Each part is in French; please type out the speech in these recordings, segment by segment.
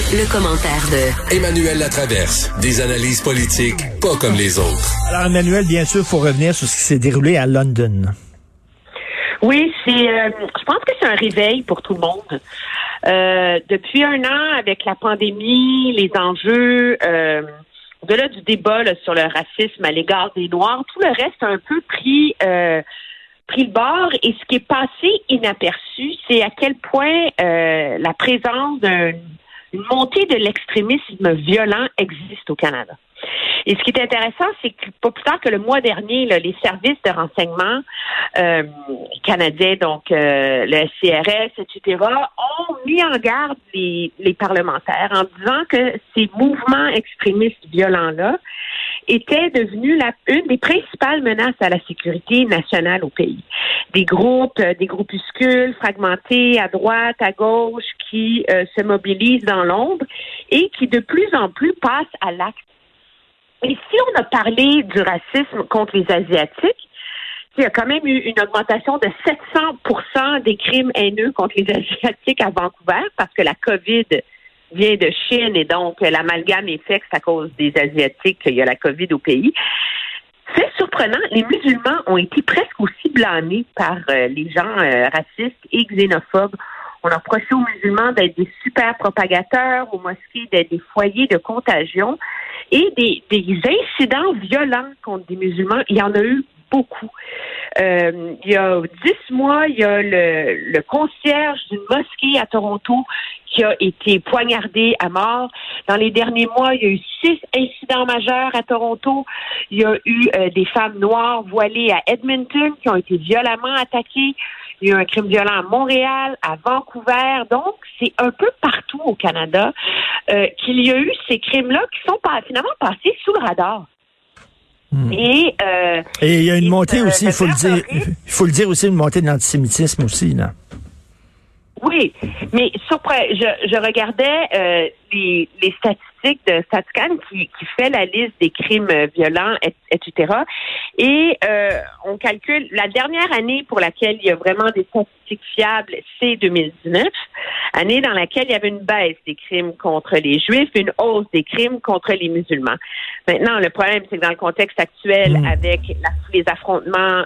Le commentaire de Emmanuel Latraverse. Des analyses politiques pas comme les autres. Alors, Emmanuel, bien sûr, il faut revenir sur ce qui s'est déroulé à London. Oui, je pense que c'est un réveil pour tout le monde. Depuis un an, avec la pandémie, les enjeux, au-delà du débat là, sur le racisme à l'égard des Noirs, tout le reste a un peu pris le bord. Et ce qui est passé inaperçu, c'est à quel point la présence d'une montée de l'extrémisme violent existe au Canada. Et ce qui est intéressant, c'est que pas plus tard que le mois dernier, là, les services de renseignement canadiens, donc le CRS, etc., ont mis en garde les parlementaires en disant que ces mouvements extrémistes violents-là étaient devenus une des principales menaces à la sécurité nationale au pays. Des groupuscules fragmentés à droite, à gauche, qui se mobilisent dans l'ombre et qui de plus en plus passent à l'acte. Et si on a parlé du racisme contre les Asiatiques, il y a quand même eu une augmentation de 700% des crimes haineux contre les Asiatiques à Vancouver parce que la COVID vient de Chine et donc l'amalgame est fait que c'est à cause des Asiatiques qu'il y a la COVID au pays. C'est surprenant, les musulmans ont été presque aussi blâmés par les gens racistes et xénophobes. On a reproché aux musulmans d'être des super propagateurs, aux mosquées d'être des foyers de contagion et des incidents violents contre des musulmans. Il y en a eu beaucoup. Il y a 10 mois, il y a le concierge d'une mosquée à Toronto qui a été poignardé à mort. Dans les derniers mois, il y a eu 6 incidents majeurs à Toronto. Il y a eu des femmes noires voilées à Edmonton qui ont été violemment attaquées. Il y a eu un crime violent à Montréal, à Vancouver. Donc, c'est un peu partout au Canada qu'il y a eu ces crimes-là qui sont finalement passés sous le radar. Et il y a une montée aussi, il faut le dire aussi, une montée de l'antisémitisme aussi, là. Oui, mais je regardais les statistiques de StatCan qui fait la liste des crimes violents, etc. Et on calcule la dernière année pour laquelle il y a vraiment des statistiques fiables, c'est 2019, année dans laquelle il y avait une baisse des crimes contre les Juifs, une hausse des crimes contre les musulmans. Maintenant, le problème, c'est que dans le contexte actuel, avec les affrontements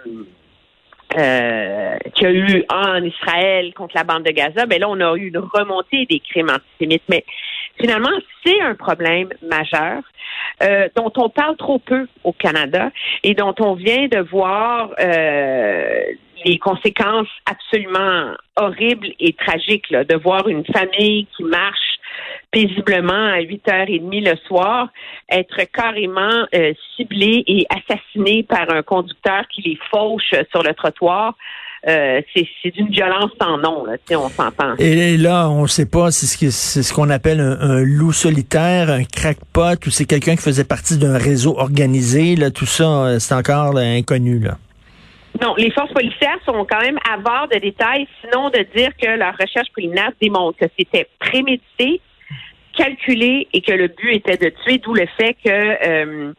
qu'il y a eu en Israël contre la bande de Gaza, ben là, on a eu une remontée des crimes antisémites. Mais finalement, c'est un problème majeur dont on parle trop peu au Canada et dont on vient de voir les conséquences absolument horribles et tragiques, là, de voir une famille qui marche paisiblement à 8h30 le soir, être carrément ciblé et assassiné par un conducteur qui les fauche sur le trottoir. C'est d'une violence sans nom, là, on s'entend. Et là, on ne sait pas si c'est ce qu'on appelle un loup solitaire, un crackpot, ou c'est quelqu'un qui faisait partie d'un réseau organisé. Là, tout ça, c'est encore là, inconnu, là. Non, les forces policières sont quand même avares de détails, sinon de dire que leur recherche préliminaire démontre que c'était prémédité, calculé et que le but était de tuer, d'où le fait que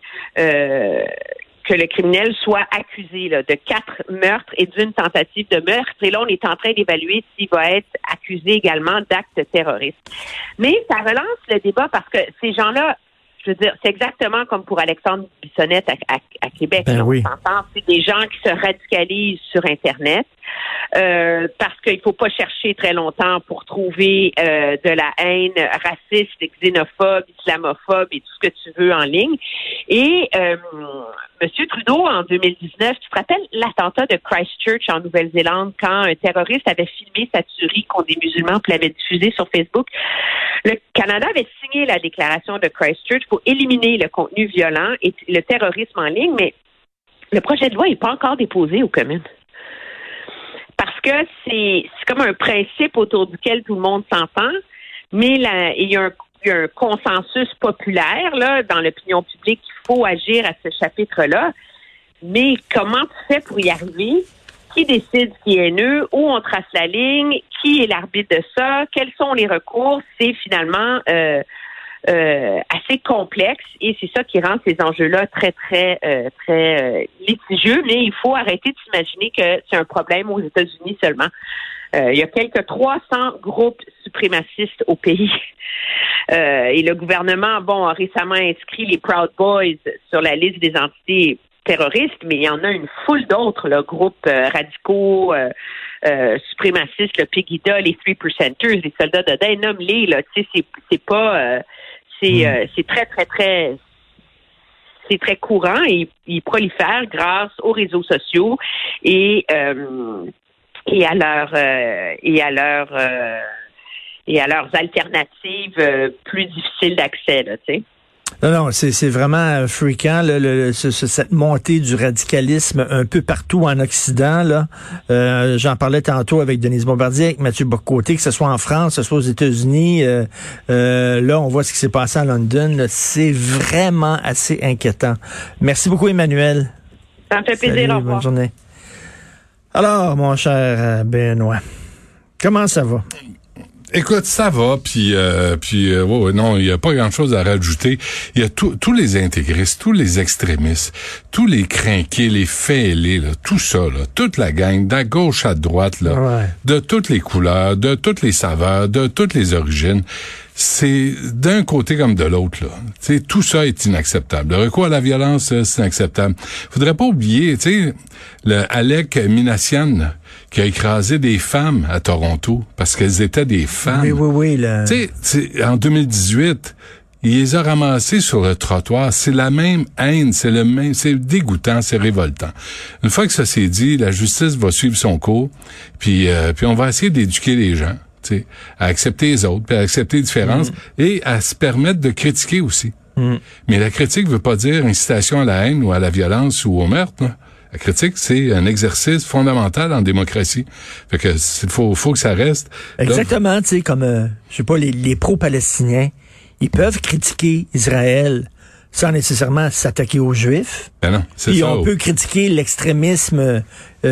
le criminel soit accusé là, de 4 meurtres et d'une tentative de meurtre. Et là, on est en train d'évaluer s'il va être accusé également d'actes terroristes. Mais ça relance le débat parce que ces gens-là, je veux dire, c'est exactement comme pour Alexandre Bissonnette à Québec. Ben oui. On s'entend, c'est des gens qui se radicalisent sur Internet parce qu'il faut pas chercher très longtemps pour trouver de la haine raciste, xénophobe, islamophobe et tout ce que tu veux en ligne. Et M. Trudeau, en 2019, tu te rappelles l'attentat de Christchurch en Nouvelle-Zélande quand un terroriste avait filmé sa tuerie contre des musulmans puis l'avait diffusé sur Facebook? Le Canada avait signé la déclaration de Christchurch pour éliminer le contenu violent et le terrorisme en ligne, mais le projet de loi n'est pas encore déposé aux communes. Parce que c'est comme un principe autour duquel tout le monde s'entend, mais il y a un consensus populaire là dans l'opinion publique qu'il faut agir à ce chapitre-là. Mais comment tu fais pour y arriver? Qui décide ce qui est haineux? Où on trace la ligne? Qui est l'arbitre de ça? Quels sont les recours? C'est finalement assez complexe et c'est ça qui rend ces enjeux-là très, très, très litigieux. Mais il faut arrêter de s'imaginer que c'est un problème aux États-Unis seulement. Il y a quelques 300 groupes suprémacistes au pays. Et le gouvernement, a récemment inscrit les Proud Boys sur la liste des entités terroristes, mais il y en a une foule d'autres, là, groupes radicaux, suprémacistes, le Pegida, les Three Percenters, les soldats de Dane, nomme-les, là, tu sais, c'est pas, c'est très, très, très, c'est très courant et ils prolifèrent grâce aux réseaux sociaux et à leurs alternatives plus difficiles d'accès, là, tu sais. Non, c'est vraiment fréquent, cette montée du radicalisme un peu partout en Occident. Là, j'en parlais tantôt avec Denise Bombardier, avec Mathieu Bock-Côté, que ce soit en France, que ce soit aux États-Unis. Là, on voit ce qui s'est passé à London. Là, c'est vraiment assez inquiétant. Merci beaucoup, Emmanuel. Ça me fait plaisir. Au revoir. Bonne journée. Alors, mon cher Benoît, comment ça va? Écoute, ça va, puis non, il y a pas grand-chose à rajouter. Il y a tous les intégristes, tous les extrémistes, tous les crinqués, les fêlés, là, tout ça, là, toute la gang, de gauche à droite, là, ouais, de toutes les couleurs, de toutes les saveurs, de toutes les origines. C'est d'un côté comme de l'autre, là. Tu sais, tout ça est inacceptable. Le recours à la violence, c'est inacceptable. Faudrait pas oublier, tu sais, le Alek Minassian, qui a écrasé des femmes à Toronto parce qu'elles étaient des femmes. Oui. Tu sais, en 2018, il les a ramassées sur le trottoir. C'est la même haine, c'est dégoûtant, c'est révoltant. Une fois que ça s'est dit, la justice va suivre son cours, puis on va essayer d'éduquer les gens, tu sais, à accepter les autres, puis à accepter les différences et à se permettre de critiquer aussi. Mais la critique veut pas dire incitation à la haine ou à la violence ou au meurtre, là. La critique, c'est un exercice fondamental en démocratie. Fait que faut que ça reste. Exactement, tu sais, comme je sais pas, les pro-palestiniens, ils peuvent critiquer Israël sans nécessairement s'attaquer aux Juifs. Ben non, c'est puis ça. On peut critiquer l'extrémisme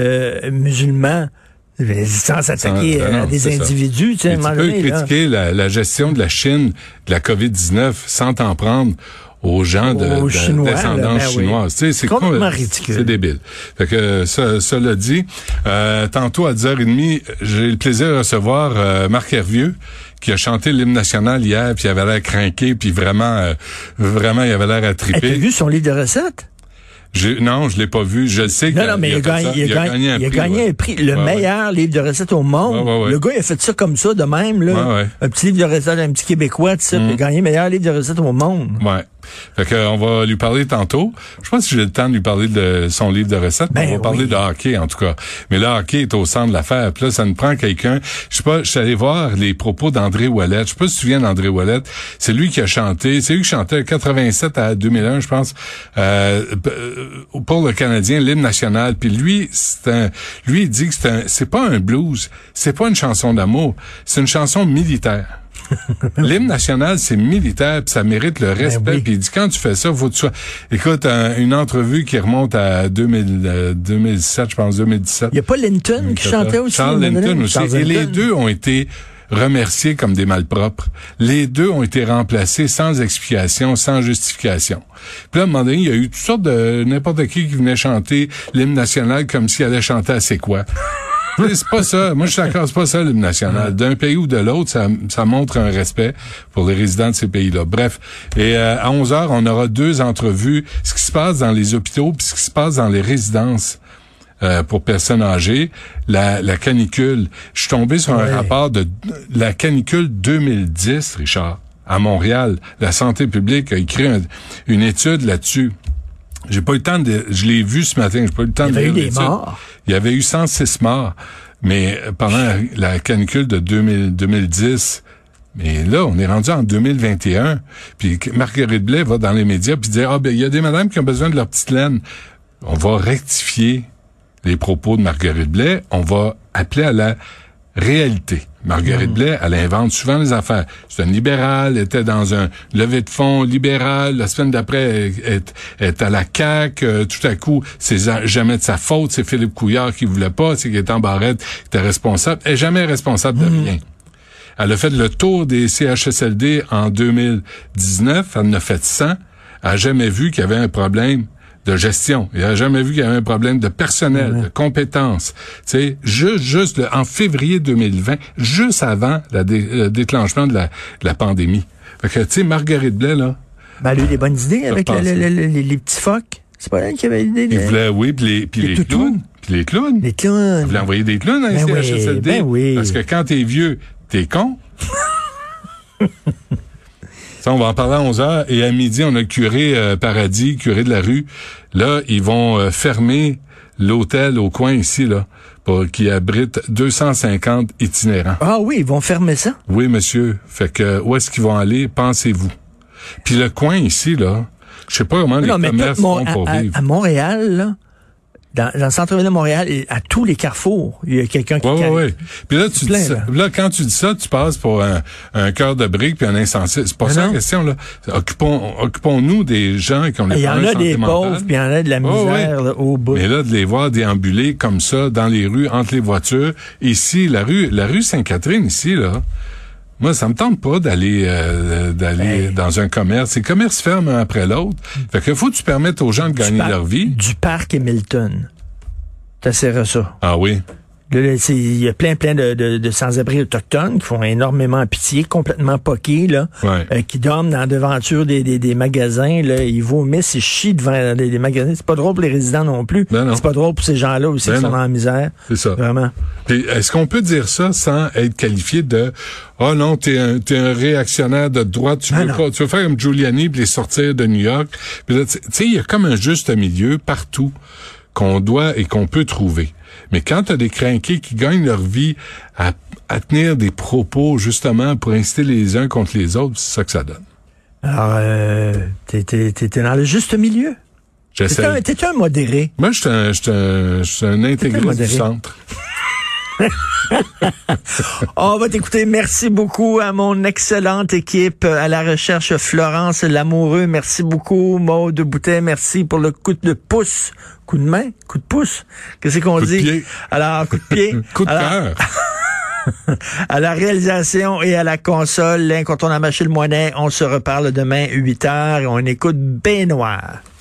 musulman sans s'attaquer à des individus. Tu peux critiquer la gestion de la Chine, de la COVID-19, sans t'en prendre aux gens de descendance chinoise. Tu sais, c'est complètement ridicule. C'est débile. Fait que cela dit, tantôt à 10h30, j'ai le plaisir de recevoir Marc Hervieux, qui a chanté l'hymne national hier, puis il avait l'air crinqué, puis vraiment, il avait l'air à triper. As-tu vu son livre de recettes? Non, je l'ai pas vu. Je sais qu'il a gagné un prix. Le meilleur livre de recettes au monde. Ouais. Le gars, il a fait ça comme ça, de même, là. Un petit livre de recettes, un petit Québécois, tout ça. Il a gagné le meilleur livre de recettes au monde. Ouais. Fait que on va lui parler tantôt. Je sais pas si j'ai le temps de lui parler de son livre de recettes, mais on va parler de hockey en tout cas. Mais le hockey est au centre de l'affaire. Puis là, ça nous prend quelqu'un. Je sais pas, je suis allé voir les propos d'André Ouellet. Je sais pas si tu te souviens d'André Ouellet. C'est lui qui a chanté. C'est lui qui chantait 87 à 2001, je pense, pour le Canadien, l'hymne national. Puis lui, il dit que c'est pas un blues. C'est pas une chanson d'amour. C'est une chanson militaire. L'hymne national, c'est militaire, puis ça mérite le respect. Puis il dit, quand tu fais ça, faut que tu sois... Écoute, une entrevue qui remonte à 2017, je pense, 2017. Il n'y a pas Linton qui chantait aussi. Charles Linton aussi. Et les deux ont été remerciés comme des malpropres. Les deux ont été remplacés sans explication, sans justification. Puis là, à un moment donné, il y a eu toutes sortes de... n'importe qui venait chanter l'hymne national comme s'il allait chanter à C'est quoi? C'est pas ça. Moi, je suis d'accord, c'est pas ça, l'hymne national. D'un pays ou de l'autre, ça montre un respect pour les résidents de ces pays-là. Bref. Et à 11h, on aura 2 entrevues. Ce qui se passe dans les hôpitaux puis ce qui se passe dans les résidences pour personnes âgées. La canicule. Je suis tombé sur un rapport de la canicule 2010, Richard, à Montréal. La santé publique a écrit une étude là-dessus. J'ai pas eu le temps je l'ai vu ce matin, j'ai pas eu le temps de lire l'étude. Il y avait eu 106 morts, mais pendant la canicule de 2010, mais là, on est rendu en 2021, puis Marguerite Blais va dans les médias puis dit il y a des madames qui ont besoin de leur petite laine. On va rectifier les propos de Marguerite Blais, on va appeler à la réalité. Marguerite Blais, elle invente souvent les affaires. C'est une libérale, elle était dans un levée de fonds libéral. La semaine d'après, elle est à la CAQ. Tout à coup, c'est jamais de sa faute. C'est Philippe Couillard qui voulait pas. C'est Gaétan Barrette qui était responsable. Elle est jamais responsable de rien. Elle a fait le tour des CHSLD en 2019. Elle en a fait 100. Elle a jamais vu qu'il y avait un problème de gestion. Il a jamais vu qu'il y avait un problème de personnel, de compétences. Tu sais, juste en février 2020, juste avant le déclenchement de la pandémie. Fait que, tu sais, Marguerite Blais, là... Ben, elle a eu des bonnes idées avec les petits phoques. C'est pas elle qui avait l'idée. Il voulait, oui, puis les clowns. Puis les clowns. Les clowns. Il voulait envoyer des clowns à CHSLD. Ben oui. Parce que quand t'es vieux, t'es con. Ça, on va en parler à 11h. Et à midi, on a le curé Paradis, curé de la rue. Là, ils vont fermer l'hôtel au coin ici, là, qui abrite 250 itinérants. Ah oui, ils vont fermer ça? Oui, monsieur. Fait que, où est-ce qu'ils vont aller, pensez-vous? Puis le coin ici, là, je sais pas comment les commerces font pour vivre. À Montréal, là, dans le centre-ville de Montréal, à tous les carrefours, il y a quelqu'un qui... Oui. Puis là, là, quand tu dis ça, tu passes pour un cœur de brique puis un insensé. C'est pas ça la question, là. Occupons-nous des gens qui ont les problèmes de santé mentale. Il y en a des pauvres, puis il y en a de la misère là, au bout. Mais là, de les voir déambuler comme ça dans les rues, entre les voitures. Ici, la rue Sainte-Catherine, ici, là... Moi, ça me tente pas d'aller dans un commerce. Les commerces ferment un après l'autre. Fait que faut que tu permettes aux gens de gagner leur vie. Du parc Hamilton. T'asserras ça. Ah oui. Il y a plein de sans-abri autochtones qui font énormément pitié, complètement poqués, là, qui dorment dans la devanture des magasins, là, ils vomissent, ils chient devant des magasins. C'est pas drôle pour les résidents non plus. Ben non. C'est pas drôle pour ces gens-là aussi qui sont dans la misère. C'est ça. Vraiment. Puis, est-ce qu'on peut dire ça sans être qualifié de oh non, t'es un réactionnaire de droite, tu veux faire comme Giuliani puis les sortir de New York. Puis là, tu sais, il y a comme un juste milieu partout qu'on doit et qu'on peut trouver. Mais quand tu as des crinqués qui gagnent leur vie à tenir des propos justement pour inciter les uns contre les autres, c'est ça que ça donne. Alors, t'es dans le juste milieu. J'essaie. T'es un modéré. Moi, je suis un intégriste du centre. On va t'écouter. Merci beaucoup à mon excellente équipe à la recherche, Florence Lamoureux. Merci beaucoup, Maude Boutet. Merci pour le coup de pouce. Coup de main? Coup de pouce? Qu'est-ce qu'on dit? Pied. Alors, coup de pied. Coup de cœur. À la réalisation et à la console, l'incontournable Achille Moinet. On se reparle demain, 8h, et on écoute Baignoire.